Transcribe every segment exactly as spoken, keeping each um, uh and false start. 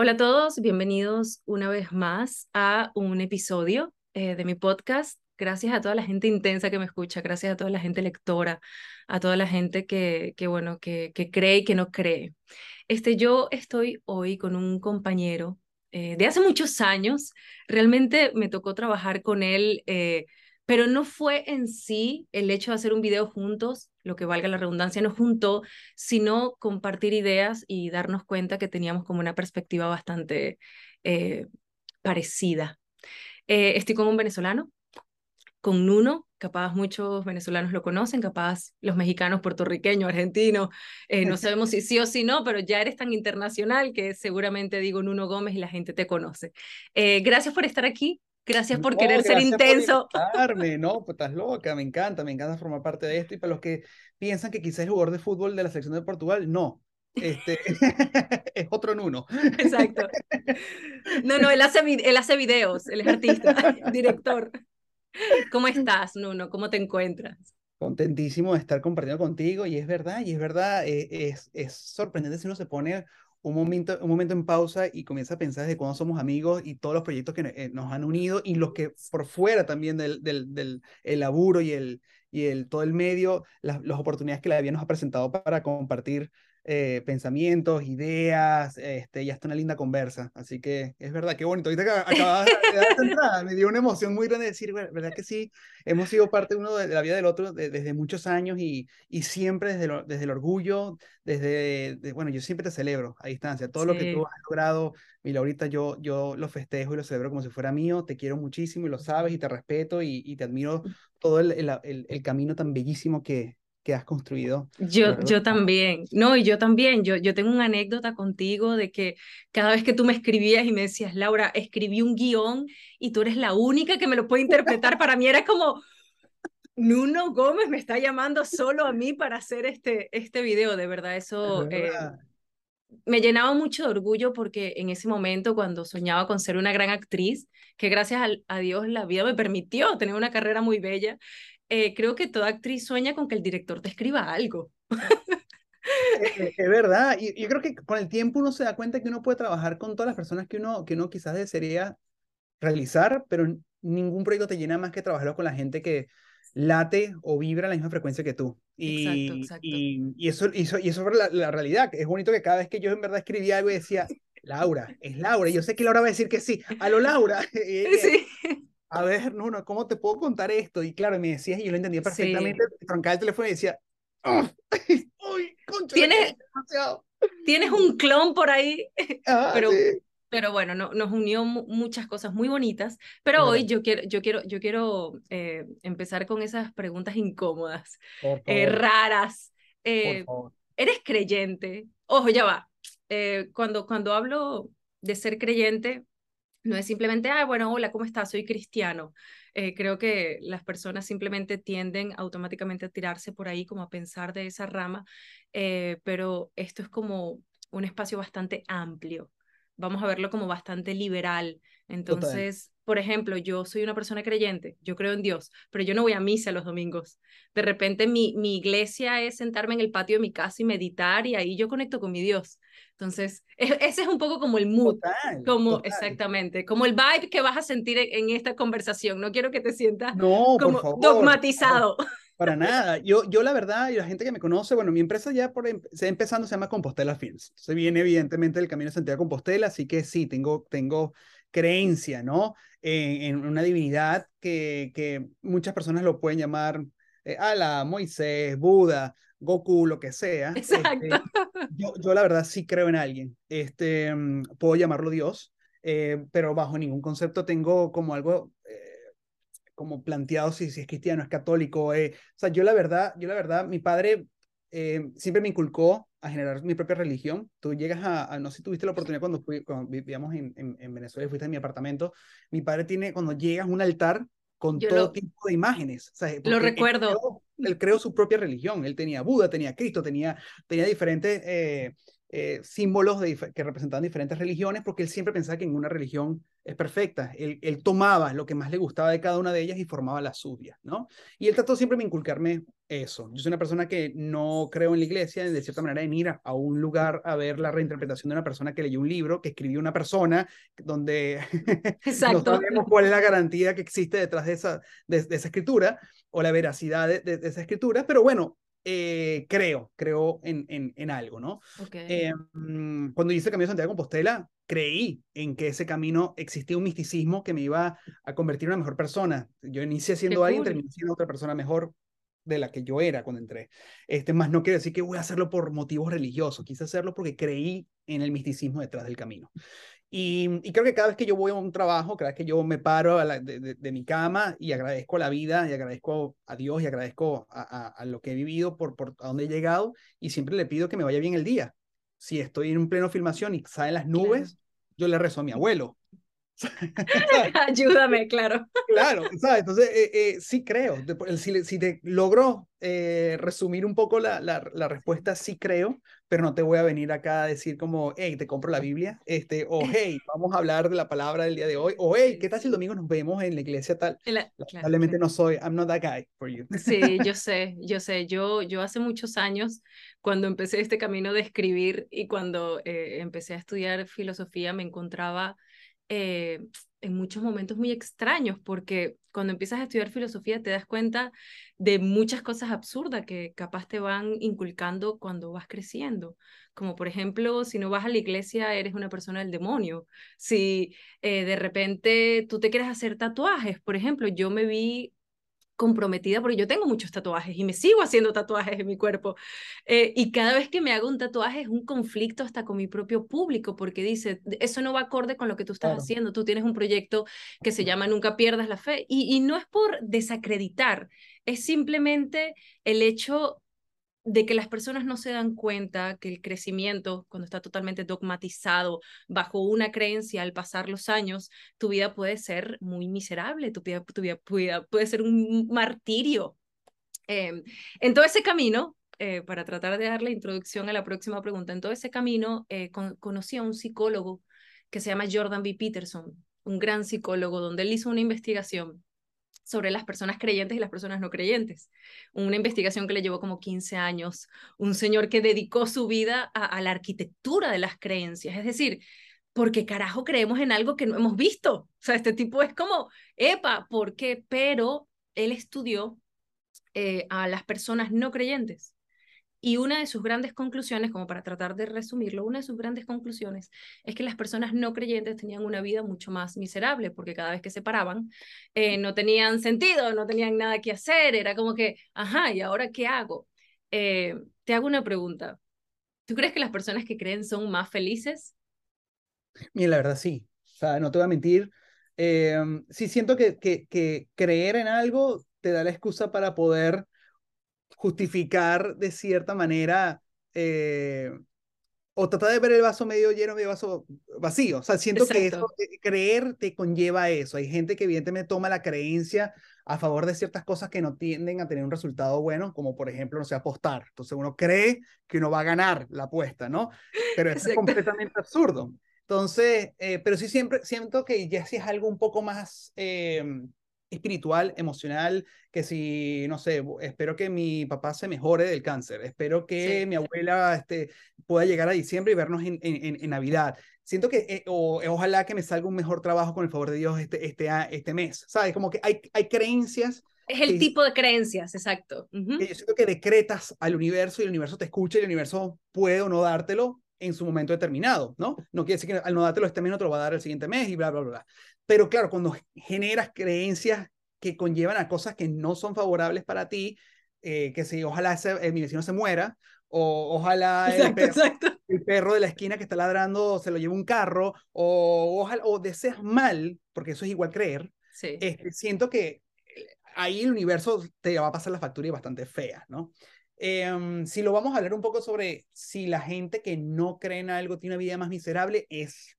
Hola a todos, bienvenidos una vez más a un episodio eh, de mi podcast. Gracias a toda la gente intensa que me escucha, gracias a toda la gente lectora, a toda la gente que, que bueno, que, que cree y que no cree. Este, yo estoy hoy con un compañero eh, de hace muchos años. Realmente me tocó trabajar con él, eh, pero no fue en sí el hecho de hacer un video juntos, lo que valga la redundancia, nos juntó, sino compartir ideas y darnos cuenta que teníamos como una perspectiva bastante eh, parecida. Eh, estoy con un venezolano, con Nuno. Capaz muchos venezolanos lo conocen, capaz los mexicanos, puertorriqueños, argentinos, eh, no sabemos si sí o si no, pero ya eres tan internacional que seguramente digo Nuno Gómez y la gente te conoce. Eh, gracias por estar aquí, gracias por No, querer ser gracias por intenso. invitarme, no, pues estás loca, me encanta, me encanta formar parte de esto y para los que piensan que quizás es jugador de fútbol de la selección de Portugal, no, este es otro Nuno. Exacto. No, no, él hace, él hace videos, él es artista, director. ¿Cómo estás, Nuno? ¿Cómo te encuentras? Contentísimo de estar compartiendo contigo y es verdad, y es verdad, eh, es, es sorprendente si uno se pone un momento, un momento en pausa y comienza a pensar desde cuándo somos amigos y todos los proyectos que eh, nos han unido y los que por fuera también del, del, del el laburo y, el, y el, todo el medio, las, las oportunidades que la vida nos ha presentado para compartir eh, pensamientos, ideas, este, y hasta una linda conversa. Así que es verdad, qué bonito. Ahorita que acabas de dar esta entrada, me dio una emoción muy grande decir, "Ver- ¿verdad que sí? Hemos sido parte uno de, de la vida del otro de- desde muchos años y, y siempre desde, lo- desde el orgullo, desde, de- bueno, yo siempre te celebro a distancia. Todo lo que tú Sí. has logrado, y ahorita yo, yo lo festejo y lo celebro como si fuera mío. Te quiero muchísimo y lo sabes y te respeto y, y te admiro todo el, el, el- el camino tan bellísimo que, que has construido a lo Yo, largo de yo los años. también, no, y yo también, yo, yo tengo una anécdota contigo de que cada vez que tú me escribías y me decías, Laura, escribí un guión y tú eres la única que me lo puede interpretar, para mí era como, Nuno Gómez me está llamando solo a mí para hacer este, este video, de verdad, Es eso eh, verdad. me llenaba mucho de orgullo porque en ese momento cuando soñaba con ser una gran actriz, que gracias al- a, Dios la vida me permitió tener una carrera muy bella, eh, creo que toda actriz sueña con que el director te escriba algo. Es, es- es verdad. Y yo creo que con el tiempo uno se da cuenta que uno puede trabajar con todas las personas que uno, que uno quizás desearía realizar, pero ningún proyecto te llena más que trabajarlo con la gente que late o vibra a la misma frecuencia que tú. Exacto, Y, exacto. y, y eso, y eso, y eso es la, la realidad. Es bonito que cada vez que yo en verdad escribía algo y decía, Laura, es Laura. Y yo sé que Laura va a decir que sí. A lo Laura. Y que, Sí, a ver, no, no, ¿cómo te puedo contar esto? Y claro, me decías y yo lo entendía perfectamente. sí. Trancaba el teléfono y decía, ¡oh! ¡Uy, concha, que Tienes, es demasiado! tienes un clon por ahí, Ah, pero, sí. pero bueno, no, nos unió mu- muchas cosas muy bonitas. Es Pero hoy verdad. yo quiero, yo quiero, yo quiero eh, empezar con esas preguntas incómodas, Por eh, favor, raras. por Eh, favor. ¿Eres creyente? Ojo, ya va. Eh, cuando, cuando hablo de ser creyente, no es simplemente, ah, bueno, hola, ¿cómo estás? Soy cristiano. Eh, creo que las personas simplemente tienden automáticamente a tirarse por ahí, como a pensar de esa rama, eh, pero esto es como un espacio bastante amplio. Vamos a verlo como bastante liberal. Total. Entonces, por ejemplo, yo soy una persona creyente, yo creo en Dios, pero yo no voy a misa los domingos. De repente mi, mi iglesia es sentarme en el patio de mi casa y meditar y ahí yo conecto con mi Dios. Entonces, e- ese es un poco como el mood, Total, como total. exactamente, como el vibe que vas a sentir en, en esta conversación. No quiero que te sientas No, por como favor, por favor. dogmatizado. Para nada. Yo, yo la verdad, y la gente que me conoce, bueno, mi empresa ya por em- se empezando se llama Compostela Films. Se viene Ok. evidentemente del Camino de Santiago a Compostela, así que sí, tengo, tengo creencia, ¿no? En, en una divinidad que, que muchas personas lo pueden llamar eh, Alá, Moisés, Buda, Goku, lo que sea. Exacto. Este, yo, yo la verdad sí creo en alguien. Este, mm, puedo llamarlo Dios, eh, pero bajo ningún concepto tengo como algo eh, como planteado si, si es cristiano, es católico. Eh. O sea, yo la verdad, yo la verdad, mi padre eh, siempre me inculcó a generar mi propia religión. Tú llegas a, a no sé si tuviste la oportunidad cuando, fui, cuando vivíamos en, en, en Venezuela y fuiste a mi apartamento, mi padre tiene, cuando llegas, un altar con Yo todo lo, tipo de imágenes, o sea, lo porque él recuerdo. creó, él creó su propia religión, él tenía Buda, tenía Cristo, tenía, tenía diferentes... Eh, eh, símbolos de que representaban diferentes religiones, porque él siempre pensaba que ninguna religión es perfecta. Él, él tomaba lo que más le gustaba de cada una de ellas y formaba las suyas, ¿no? Y él trató siempre de inculcarme eso. Yo soy una persona que no creo en la iglesia, de cierta manera, en ir a, a un lugar a ver la reinterpretación de una persona que leyó un libro, que escribió una persona, donde no Exacto. sabemos cuál es la garantía que existe detrás de esa, de, de esa escritura o la veracidad de, de, de esa escritura, pero bueno, eh, creo, creo en, en, en algo, ¿no? Ok, Eh, mm, cuando hice el Camino de Santiago de Compostela, creí en que ese camino existía un misticismo que me iba a convertir en una mejor persona. Yo inicié qué siendo alguien, cool. terminé siendo otra persona mejor de la que yo era cuando entré. Este, más no quiere decir que voy a hacerlo por motivos religiosos, quise hacerlo porque creí en el misticismo detrás del camino. Y, y creo que cada vez que yo voy a un trabajo, cada vez que yo me paro a la, de, de, de, mi cama y agradezco a la vida y agradezco a Dios y agradezco a, a, a lo que he vivido, por, por a dónde he llegado, y siempre le pido que me vaya bien el día. Si estoy en un pleno filmación y salen las Claro. nubes, yo le rezo a mi abuelo. ¿Sabes? Ayúdame, claro. Claro, ¿sabes? Entonces, eh, eh, sí creo. Si, si te logro eh, resumir un poco la, la, la respuesta, sí creo, pero no te voy a venir acá a decir como, hey, te compro la Biblia, este, o hey, vamos a hablar de la palabra del día de hoy, o hey, Sí, ¿qué tal si el sí. domingo nos vemos en la iglesia tal? La- Claro, Lamentablemente claro. no soy, I'm not that guy for you. Sí, yo sé, yo sé. Yo, yo hace muchos años, cuando empecé este camino de escribir y cuando eh, empecé a estudiar filosofía, me encontraba eh, en muchos momentos muy extraños, porque cuando empiezas a estudiar filosofía te das cuenta de muchas cosas absurdas que capaz te van inculcando cuando vas creciendo. Como por ejemplo, si no vas a la iglesia, eres una persona del demonio. Si eh, de repente tú te quieres hacer tatuajes, por ejemplo, yo me vi comprometida porque yo tengo muchos tatuajes y me sigo haciendo tatuajes en mi cuerpo. Eh, y cada vez que me hago un tatuaje es un conflicto hasta con mi propio público porque dice, eso no va acorde con lo que tú estás Claro. haciendo. Tú tienes un proyecto que se llama Nunca pierdas la fe y, y no es por desacreditar, es simplemente el hecho de que las personas no se dan cuenta que el crecimiento, cuando está totalmente dogmatizado bajo una creencia al pasar los años, tu vida puede ser muy miserable, tu vida, tu vida, tu vida puede ser un martirio. Eh, en todo ese camino, eh, para tratar de dar la introducción a la próxima pregunta, en todo ese camino eh, con, conocí a un psicólogo que se llama Jordan B. Peterson, un gran psicólogo, donde él hizo una investigación sobre las personas creyentes y las personas no creyentes. Una investigación que le llevó como quince años, un señor que dedicó su vida a, a la arquitectura de las creencias, es decir, porque carajo creemos en algo que no hemos visto. O sea, este tipo es como, epa, ¿por qué? Pero él estudió eh, a las personas no creyentes y una de sus grandes conclusiones, como para tratar de resumirlo, una de sus grandes conclusiones es que las personas no creyentes tenían una vida mucho más miserable, porque cada vez que se paraban eh, no tenían sentido, no tenían nada que hacer, era como que, ajá, ¿y ahora qué hago? Eh, te hago una pregunta. ¿Tú crees que las personas que creen son más felices? Mira, la verdad sí. O sea, no te voy a mentir. Eh, sí siento que, que, que creer en algo te da la excusa para poder justificar de cierta manera eh, o tratar de ver el vaso medio lleno, medio vaso vacío. O sea, siento que eso, Exacto, eh, creer te conlleva a eso. Hay gente que evidentemente toma la creencia a favor de ciertas cosas que no tienden a tener un resultado bueno, como por ejemplo, no sé, apostar. Entonces uno cree que uno va a ganar la apuesta, ¿no? Pero eso es exacto. completamente absurdo. Entonces, eh, pero sí siempre siento que ya sí es algo un poco más eh, espiritual, emocional, que si, no sé, espero que mi papá se mejore del cáncer, espero que Sí, mi abuela este, pueda llegar a diciembre y vernos en, en, en Navidad. Siento que, eh, o, ojalá que me salga un mejor trabajo con el favor de Dios este, este, este mes, ¿sabes? Como que hay, hay creencias es el que, tipo de creencias, exacto. que Ujú. yo siento que decretas al universo y el universo te escucha y el universo puede o no dártelo en su momento determinado, ¿no? No quiere decir que al no dártelo este mes no te lo va a dar el siguiente mes y bla, bla, bla. Pero claro, cuando generas creencias que conllevan a cosas que no son favorables para ti, eh, que si ojalá ese, eh, mi vecino se muera, o ojalá el Exacto, perro, exacto. el perro de la esquina que está ladrando se lo lleve un carro, o, ojalá, o deseas mal, porque eso es igual creer, Sí. este, siento que ahí el universo te va a pasar la factura y bastante fea, ¿no? Eh, si lo vamos a hablar un poco sobre si la gente que no cree en algo tiene una vida más miserable, es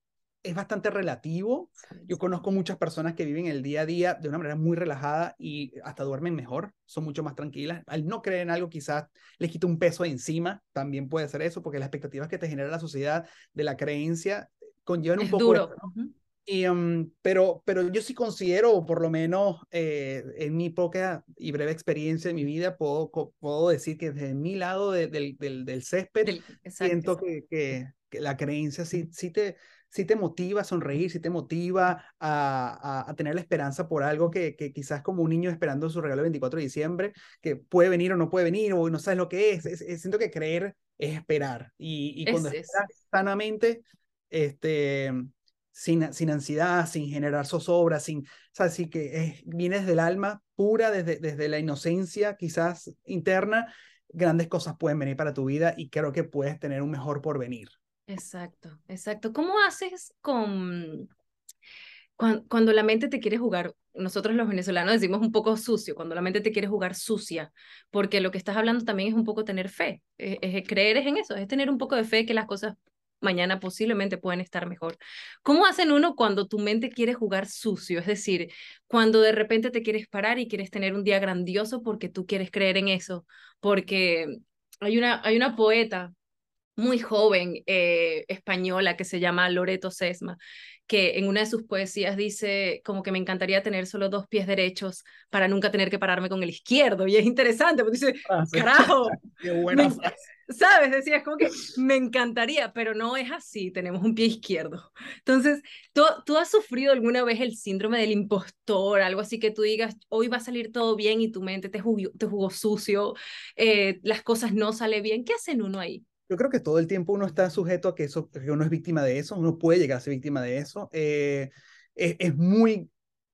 es bastante relativo. Sí, Yo sí. conozco muchas personas que viven el día a día de una manera muy relajada y hasta duermen mejor, son mucho más tranquilas. Al no creer en algo, quizás les quita un peso de encima, también puede ser eso, porque las expectativas que te genera la sociedad de la creencia conllevan un Es poco esto, duro. ¿no? Ujú. Y, um, pero, pero yo sí considero, o por lo menos eh, en mi poca y breve experiencia en mi vida, puedo, puedo decir que desde mi lado de, del, del, del césped, Del, exacto, siento exacto. que, que, que la creencia sí, sí, te, sí te motiva a sonreír, sí te motiva a, a, a tener la esperanza por algo que, que quizás como un niño esperando su regalo el veinticuatro de diciembre, que puede venir o no puede venir, o no sabes lo que es. Es, es siento que creer es esperar. Y, y cuando Es, es. esperas sanamente, este sin, sin ansiedad, sin generar zozobra, sin, o sea, así que es, viene desde el alma pura, desde, desde la inocencia quizás interna, grandes cosas pueden venir para tu vida y creo que puedes tener un mejor porvenir. Exacto, exacto. ¿Cómo haces con cuan- cuando, la mente te quiere jugar? Nosotros los venezolanos decimos un poco sucio, cuando la mente te quiere jugar sucia, porque lo que estás hablando también es un poco tener fe, es, es creer es en eso, es tener un poco de fe que las cosas mañana posiblemente pueden estar mejor. ¿Cómo hacen uno cuando tu mente quiere jugar sucio? Es decir, cuando de repente te quieres parar y quieres tener un día grandioso porque tú quieres creer en eso, porque hay una, hay una poeta muy joven eh, española que se llama Loreto Sesma, que en una de sus poesías dice como que me encantaría tener solo dos pies derechos para nunca tener que pararme con el izquierdo. Y es interesante, porque dice, Frase. carajo, Qué me buena en- frase. ¿sabes? Decía, es como que me encantaría, pero no es así, tenemos un pie izquierdo. Entonces, ¿tú, tú has sufrido alguna vez el síndrome del impostor, algo así que tú digas, hoy va a salir todo bien y tu mente te jugó, te jugó sucio, eh, las cosas no salen bien? ¿Qué hacen uno ahí? Yo creo que todo el tiempo uno está sujeto a que, eso, que uno es víctima de eso, uno puede llegar a ser víctima de eso. Eh, es, es muy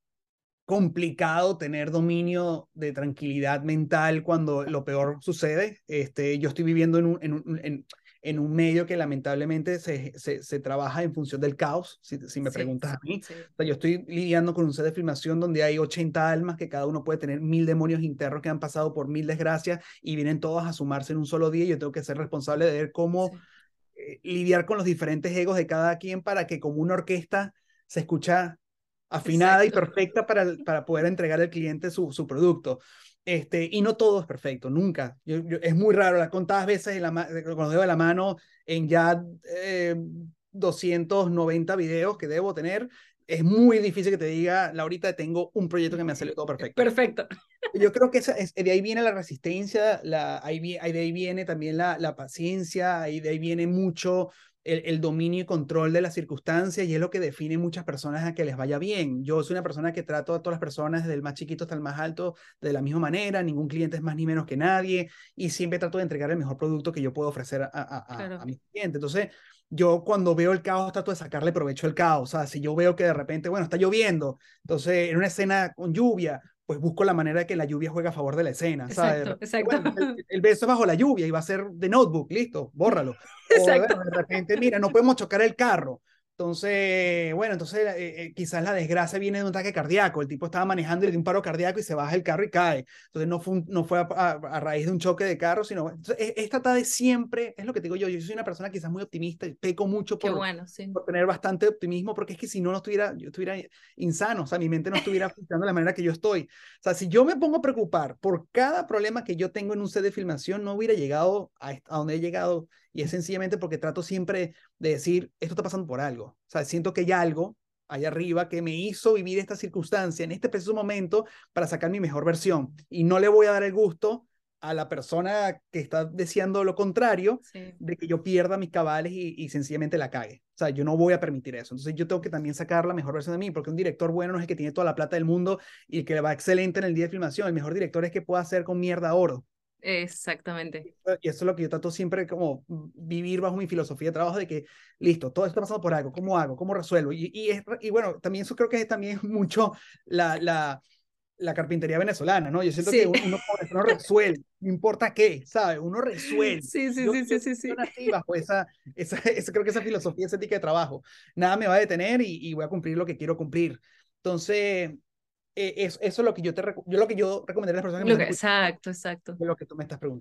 complicado tener dominio de tranquilidad mental cuando lo peor sucede. Este, yo estoy viviendo en un, en un, en, en un medio que lamentablemente se, se, se, trabaja en función del caos, si, si me Sí, preguntas a mí. sí, O sea, yo estoy lidiando con un set de filmación donde hay ochenta almas, que cada uno puede tener mil demonios internos que han pasado por mil desgracias y vienen todos a sumarse en un solo día. Y yo tengo que ser responsable de ver cómo sí, eh, lidiar con los diferentes egos de cada quien para que como una orquesta se escucha afinada y exacto. perfecta para, para poder entregar al cliente su, su producto. Este, y no todo es perfecto, nunca. Yo, yo, es muy raro, las contadas veces en la, con los dedos de la mano en ya eh, doscientos noventa videos que debo tener, es muy difícil que te diga, Laurita, tengo un proyecto que me ha salido todo perfecto. Perfecto. Yo creo que esa es, de ahí viene la resistencia, la, ahí, de ahí viene también la, la paciencia, ahí de ahí viene mucho el, el, dominio y control de las circunstancias y es lo que define muchas personas a que les vaya bien. Yo soy una persona que trato a todas las personas, desde el más chiquito hasta el más alto, de la misma manera, ningún cliente es más ni menos que nadie y siempre trato de entregar el mejor producto que yo puedo ofrecer a, a, a, Claro. a mis clientes. Entonces, yo cuando veo el caos trato de sacarle provecho al caos. O sea, si yo veo que de repente, bueno, está lloviendo, entonces en una escena con lluvia, pues busco la manera de que la lluvia juegue a favor de la escena, ¿sabes? Exacto, exacto. Bueno, el, el beso es bajo la lluvia y va a ser de Notebook, listo, bórralo. O Exacto. bueno, de repente, mira, no podemos chocar el carro. Entonces, bueno, entonces eh, eh, quizás la desgracia viene de un ataque cardíaco. El tipo estaba manejando y le dio un paro cardíaco y se baja el carro y cae. Entonces no fue, un, no fue a, a, a, raíz de un choque de carro, sino... Entonces, es, es tratar de siempre, es lo que te digo yo, yo soy una persona quizás muy optimista y peco mucho Qué por, bueno, sí. por tener bastante optimismo, porque es que si no, no estuviera, yo estuviera insano, o sea, mi mente no estuviera funcionando de la manera que yo estoy. O sea, si yo me pongo a preocupar por cada problema que yo tengo en un set de filmación, no hubiera llegado a, a donde he llegado. Y es sencillamente porque trato siempre de decir, esto está pasando por algo. O sea, siento que hay algo allá arriba que me hizo vivir esta circunstancia en este preciso momento para sacar mi mejor versión. Y no le voy a dar el gusto a la persona que está deseando lo contrario Sí. de que yo pierda mis cabales y, y sencillamente la cague. O sea, yo no voy a permitir eso. Entonces yo tengo que también sacar la mejor versión de mí, porque un director bueno no es el que tiene toda la plata del mundo y el que le va excelente en el día de filmación. El mejor director es que pueda hacer con mierda oro. Exactamente. Y eso es lo que yo trato siempre como vivir bajo mi filosofía de trabajo de que, listo, todo esto está pasando por algo, ¿cómo hago? ¿Cómo resuelvo? Y, y, es, y bueno, también eso creo que es también mucho la, la, la carpintería venezolana, ¿no? Yo siento que Sí. uno, uno, uno resuelve, no importa qué, ¿sabes? Uno resuelve. Sí, sí, Yo, sí, yo, sí, sí, yo sí. nací bajo esa, esa, esa, creo que esa filosofía, esa ética de trabajo. Nada me va a detener y, y voy a cumplir lo que quiero cumplir. Entonces, eh, eso, eso es lo que yo te yo lo que yo recomendaría a las personas que me Lo están que, escuchando exacto, exacto. de lo que tú me estás preguntando.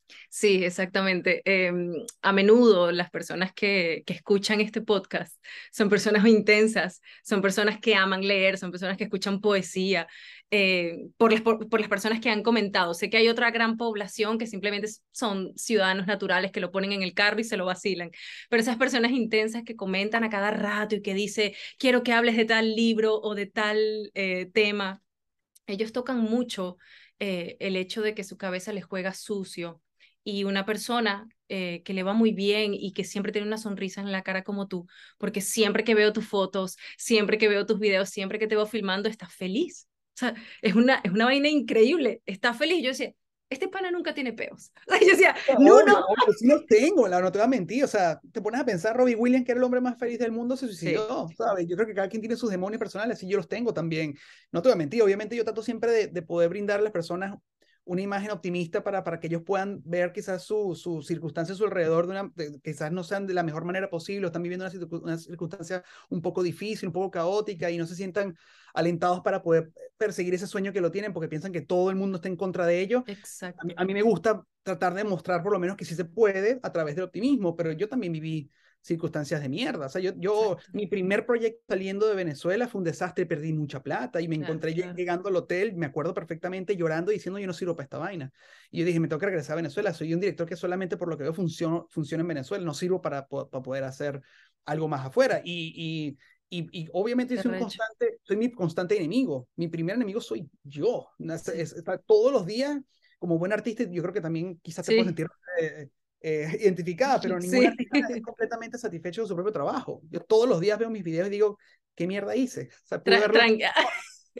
Sí, exactamente. Em, a menudo las personas que, que escuchan este podcast son personas intensas, son personas que aman leer, son personas que escuchan poesía, eh, por las, por, por las personas que han comentado. Sé que hay otra gran población que simplemente son ciudadanos naturales que lo ponen en el carro y se lo vacilan, pero esas personas intensas que comentan a cada rato y que dice, quiero que hables de tal libro o de tal eh, tema, ellos tocan mucho eh, el hecho de que su cabeza les juega sucio y una persona eh, que le va muy bien y que siempre tiene una sonrisa en la cara como tú, porque siempre que veo tus fotos, siempre que veo tus videos, siempre que te veo filmando, estás feliz. O sea, es una, es una vaina increíble, estás feliz. Yo decía, este pana nunca tiene peos. O sea, yo decía, no, Obvio, no. obvio, sí los tengo, la, no te voy a mentir, o sea, te pones a pensar, Robbie Williams, que era el hombre más feliz del mundo, se Sí, suicidó, ¿sabes? Yo creo que cada quien tiene sus demonios personales, y yo los tengo también. No te voy a mentir, obviamente yo trato siempre de, de poder brindarle a las personas una imagen optimista para, para que ellos puedan ver quizás su, su circunstancia a su alrededor, de una, de, quizás no sean de la mejor manera posible, o están viviendo una, una circunstancia un poco difícil, un poco caótica, y no se sientan alentados para poder perseguir ese sueño que lo tienen, porque piensan que todo el mundo está en contra de ellos. A mí, exacto, a mí me gusta tratar de mostrar por lo menos que sí se puede a través del optimismo, pero yo también viví circunstancias de mierda. O sea, yo, yo, exacto. mi primer proyecto saliendo de Venezuela fue un desastre, perdí mucha plata y me Claro, encontré claro. llegando al hotel, me acuerdo perfectamente llorando y diciendo yo no sirvo para esta vaina. Y yo dije, me tengo que regresar a Venezuela, soy un director que solamente por lo que veo funciona, funciona en Venezuela, no sirvo para, para poder hacer algo más afuera. Y, y, y, y obviamente Qué soy un recho. constante, soy mi constante enemigo. Mi primer enemigo soy yo. Es, Sí, es, es, todos los días como buen artista, yo creo que también quizás te puedes sí, sentir eh, eh, identificada, pero ningún sí. artista es completamente satisfecho de su propio trabajo. Yo todos los días veo mis videos y digo, ¿qué mierda hice? O sea, pude Tra- haberlo hecho tranqui- mejor,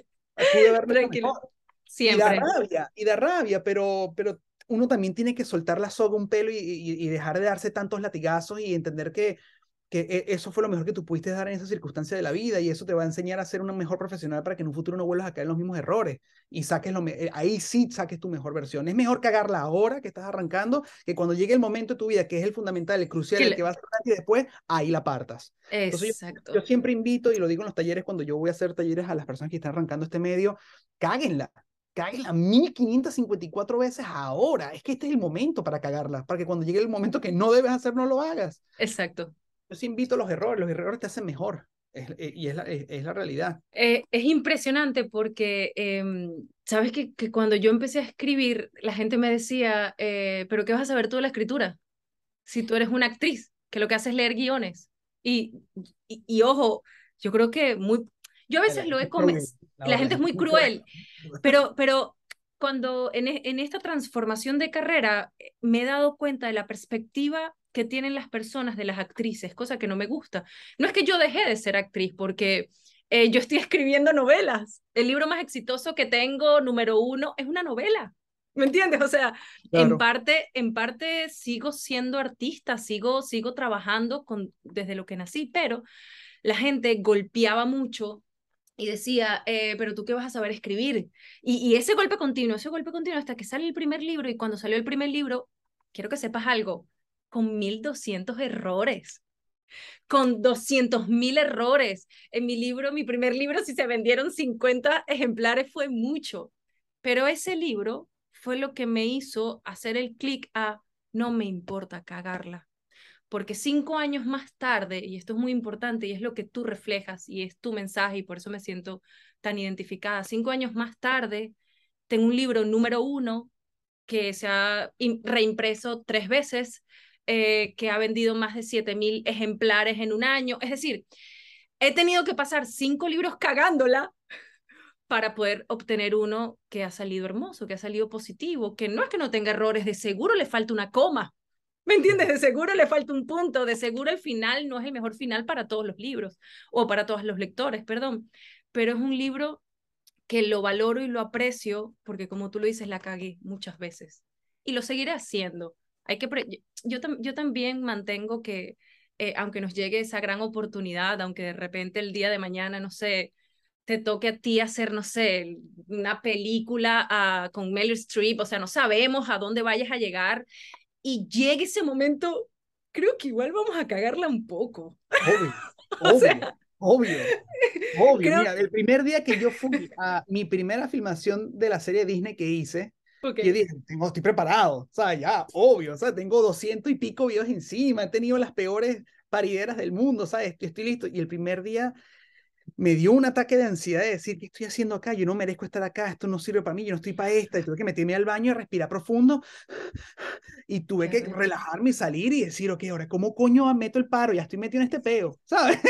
pude haberlo hecho Tranquilo. mejor. Y da Siempre. rabia, y da rabia, pero, pero uno también tiene que soltar la soga un pelo y, y, y dejar de darse tantos latigazos y entender que que e, eso fue lo mejor que tú pudiste dar en esa circunstancia de la vida y eso te va a enseñar a ser un mejor profesional para que en un futuro no vuelvas a caer en los mismos errores y saques lo eh, ahí sí saques tu mejor versión. Es mejor cagarla ahora que estás arrancando que cuando llegue el momento de tu vida que es el fundamental, el crucial, Que el que le- va a ser antes y después, ahí la partas. Entonces yo, yo Exacto. siempre invito y lo digo en los talleres cuando yo voy a hacer talleres a las personas que están arrancando este medio, cáguenla. Cáguenla mil quinientas cincuenta y cuatro veces ahora. Es que este es el momento para cagarla, para que cuando llegue el momento que no debes hacer, no lo hagas. Exacto. Yo sí invito a los errores, los errores te hacen mejor, es, eh, y es la, es, es la realidad. Eh, es impresionante porque, em, sabes que, que cuando yo empecé a escribir, la gente me decía, eh, pero ¿qué vas a saber tú de la escritura? Si tú eres una actriz, que lo que hace es leer guiones. Y, y, y ojo, yo creo que muy, yo a La veces lo gente he es cruel, comenzado, no, la la gente es gente muy es muy cruel. cruel, pero, pero cuando en, e- en esta transformación de carrera eh, me he dado cuenta de la perspectiva que tienen las personas de las actrices, cosa que no me gusta. No es que yo dejé de ser actriz, porque eh, yo estoy escribiendo novelas. El libro más exitoso que tengo, número uno, es una novela. ¿Me entiendes? O sea, en Claro, parte, en parte sigo siendo artista, sigo, sigo trabajando con, desde lo que nací, pero la gente golpeaba mucho y decía, eh, pero tú qué vas a saber escribir. Y, y ese golpe continuo, ese golpe continuo hasta que sale el primer libro y cuando salió el primer libro, quiero que sepas algo, con mil doscientos errores, con doscientos mil errores. En mi libro, mi primer libro, si se vendieron cincuenta ejemplares fue mucho, pero ese libro fue lo que me hizo hacer el clic a, no me importa cagarla porque cinco años más tarde, y esto es muy importante, y es lo que tú reflejas, y es tu mensaje, y por eso me siento tan identificada, cinco años más tarde, tengo un libro número uno que se ha reimpreso tres veces, eh, que ha vendido más de siete mil ejemplares en un año, es decir, he tenido que pasar cinco libros cagándola para poder obtener uno que ha salido hermoso, que ha salido positivo, que no es que no tenga errores, de seguro le falta una coma, ¿me entiendes? De seguro le falta un punto, de seguro el final no es el mejor final para todos los libros o para todos los lectores, perdón, pero es un libro que lo valoro y lo aprecio porque como tú lo dices, la cagué muchas veces y lo seguiré haciendo. Hay que pre yo, yo, yo también mantengo que eh, aunque nos llegue esa gran oportunidad, aunque de repente el día de mañana, no sé, te toque a ti hacer, no sé, una película uh, con Meryl Streep, o sea, no sabemos a dónde vayas a llegar y llegue ese momento, creo que igual vamos a cagarla un poco. obvio, O obvio, sea, obvio, obvio. creo Mira, que el primer día que yo fui a mi primera filmación de la serie Disney que hice, Ok. Y yo dije, tengo, estoy preparado, o sea, ya, obvio, o sea, tengo doscientos y pico videos encima, he tenido las peores parideras del mundo, ¿sabes? Estoy, estoy listo. Y el primer día me dio un ataque de ansiedad de decir, ¿qué estoy haciendo acá? Yo no merezco estar acá, esto no sirve para mí, yo no estoy para esta. Y tuve que meterme al baño y respirar profundo y tuve Qué que recho. relajarme y salir y decir, ok, ahora, ¿cómo coño meto el paro? Ya estoy metido en este peo, ¿sabes?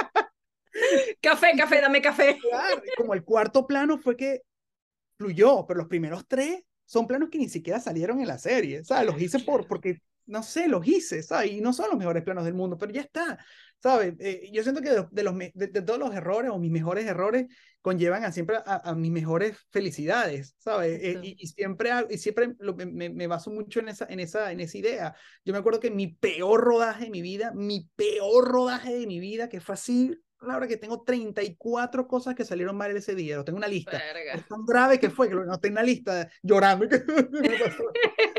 Café, Y café, como, dame café. claro, y como el cuarto plano fue que fluyó, pero los primeros tres son planos que ni siquiera salieron en la serie, ¿sabes? Los hice por, Claro. porque, no sé, los hice, ¿sabes? Y no son los mejores planos del mundo, pero ya está, ¿sabes? Eh, yo siento que de, de los, de, de, todos los errores o mis mejores errores conllevan a siempre a, a mis mejores felicidades, ¿sabes? Eh, Exacto. y, y siempre, y siempre lo, me, me, baso mucho en esa, en, esa, en esa idea. Yo me acuerdo que mi peor rodaje de mi vida, mi peor rodaje de mi vida, que fue así, la hora que tengo treinta y cuatro cosas que salieron mal ese día, lo tengo una lista. Es Verga. tan grave que fue que lo noté en la lista llorando. Me pasó.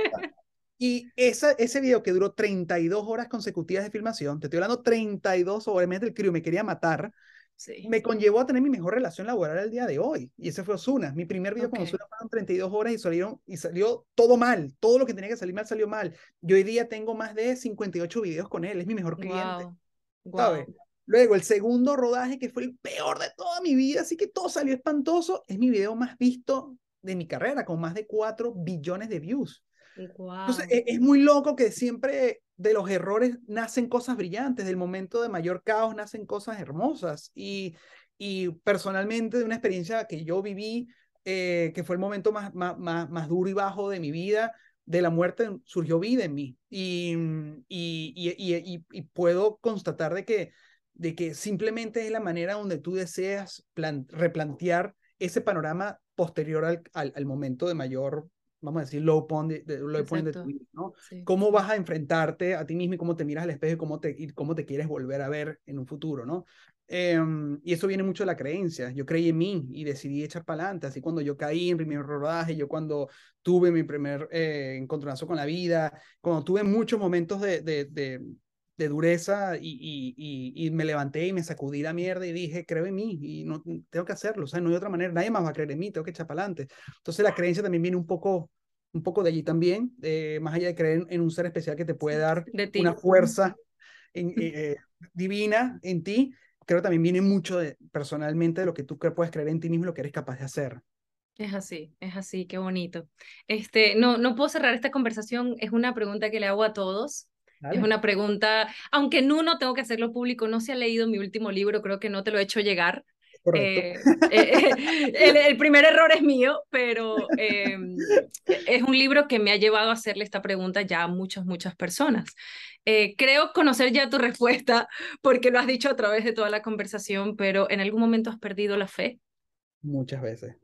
Y esa, ese video que duró treinta y dos horas consecutivas de filmación, te estoy hablando treinta y dos horas, el crew me quería matar, Sí. me conllevó a tener mi mejor relación laboral al día de hoy. Y ese fue Ozuna. Mi primer video con Ok. Ozuna fueron treinta y dos horas y, salieron, y salió todo mal. Todo lo que tenía que salir mal salió mal. Yo hoy día tengo más de cincuenta y ocho videos con él. Es mi mejor cliente, Wow. ¿sabes? Wow. Luego, el segundo rodaje, que fue el peor de toda mi vida, así que todo salió espantoso, es mi video más visto de mi carrera, con más de cuatro billones de views. Entonces, Wow. es, es muy loco que siempre de los errores nacen cosas brillantes, del momento de mayor caos nacen cosas hermosas. Y, y personalmente, de una experiencia que yo viví, eh, que fue el momento más, más, más, más duro y bajo de mi vida, de la muerte surgió vida en mí. Y, y, y, y, y, y puedo constatar de que, de que simplemente es la manera donde tú deseas plan, replantear ese panorama posterior al, al, al momento de mayor, vamos a decir, low point de, de, low point de tu Exacto. vida, ¿no? Sí. Cómo vas a enfrentarte a ti mismo y cómo te miras al espejo y cómo te, y cómo te quieres volver a ver en un futuro, ¿no? Eh, y eso viene mucho de la creencia. Yo creí en mí y decidí echar para adelante. Así cuando yo caí en primer rodaje, yo cuando tuve mi primer eh, encontronazo con la vida, cuando tuve muchos momentos de, de, de, de dureza y, y, y, y, me levanté y me sacudí la mierda y dije, creo en mí y no tengo que hacerlo, o sea, no hay otra manera, nadie más va a creer en mí, tengo que echar para adelante. Entonces la creencia también viene un poco un poco de allí también, eh, más allá de creer en, en, un ser especial que te puede dar De una ti. fuerza en, eh, divina en ti, creo que también viene mucho de, personalmente de lo que tú puedes creer en ti mismo y lo que eres capaz de hacer. Es así, es así, qué bonito. Este, no, no puedo cerrar esta conversación, es una pregunta que le hago a todos. Es Dale. una pregunta, aunque en uno tengo que hacerlo público, no se ha leído mi último libro, creo que no te lo he hecho llegar. Correcto. Eh, eh, el, el, primer error es mío, pero eh, es un libro que me ha llevado a hacerle esta pregunta ya a muchas, muchas personas. Eh, creo conocer ya tu respuesta porque lo has dicho a través de toda la conversación, pero ¿en algún momento has perdido la fe? Muchas veces.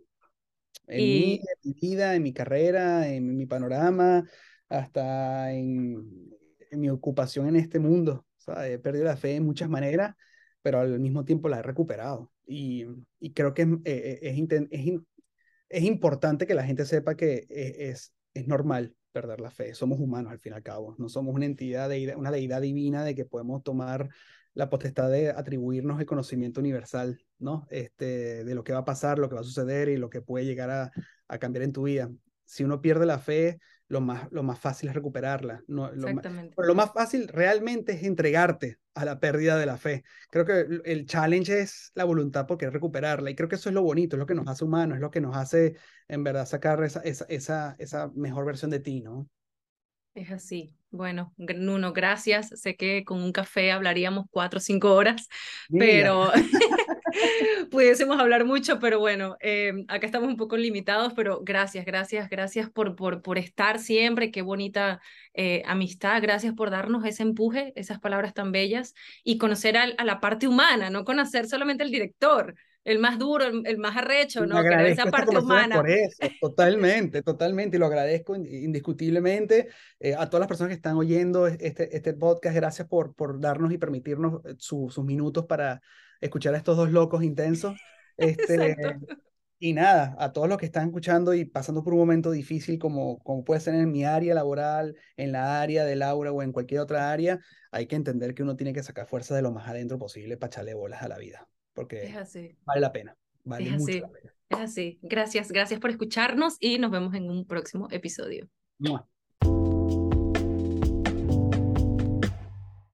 En mí, Y en mi vida, en mi carrera, en mi panorama, hasta en, en mi ocupación en este mundo. O sea, he perdido la fe en muchas maneras, pero al mismo tiempo la he recuperado. Y, y creo que es, eh, es, es, es importante que la gente sepa que es, es, es normal perder la fe. Somos humanos al fin y al cabo. No somos una entidad, de, una deidad divina de que podemos tomar la potestad de atribuirnos el conocimiento universal, ¿no? Este, de lo que va a pasar, lo que va a suceder y lo que puede llegar a, a cambiar en tu vida. Si uno pierde la fe, lo más, lo más fácil es recuperarla. No, lo, más, exactamente. lo más fácil realmente es entregarte a la pérdida de la fe. Creo que el, el challenge es la voluntad por querer recuperarla y creo que eso es lo bonito, es lo que nos hace humanos, es lo que nos hace en verdad sacar esa, esa, esa, esa mejor versión de ti, ¿no? Es así. Bueno, Nuno, gracias. Sé que con un café hablaríamos cuatro o cinco horas, Mira, pero pudiésemos hablar mucho, pero bueno, eh, acá estamos un poco limitados, pero gracias, gracias, gracias por, por, por estar siempre. Qué bonita eh, amistad. Gracias por darnos ese empuje, esas palabras tan bellas y conocer al, a la parte humana, no conocer solamente el director, el más duro, el, el más arrecho, me ¿no? Querer agradezco esa estas parte conversaciones humana. por eso, totalmente, totalmente, y lo agradezco indiscutiblemente eh, a todas las personas que están oyendo este, este podcast, gracias por, por darnos y permitirnos eh, su, sus minutos para escuchar a estos dos locos intensos. Este, Exacto. y nada, a todos los que están escuchando y pasando por un momento difícil como, como puede ser en mi área laboral, en la área de Laura o en cualquier otra área, hay que entender que uno tiene que sacar fuerza de lo más adentro posible para echarle bolas a la vida, Es porque así, vale la pena, vale es mucho la así. pena. Es así. Gracias, gracias por escucharnos y nos vemos en un próximo episodio. Mua.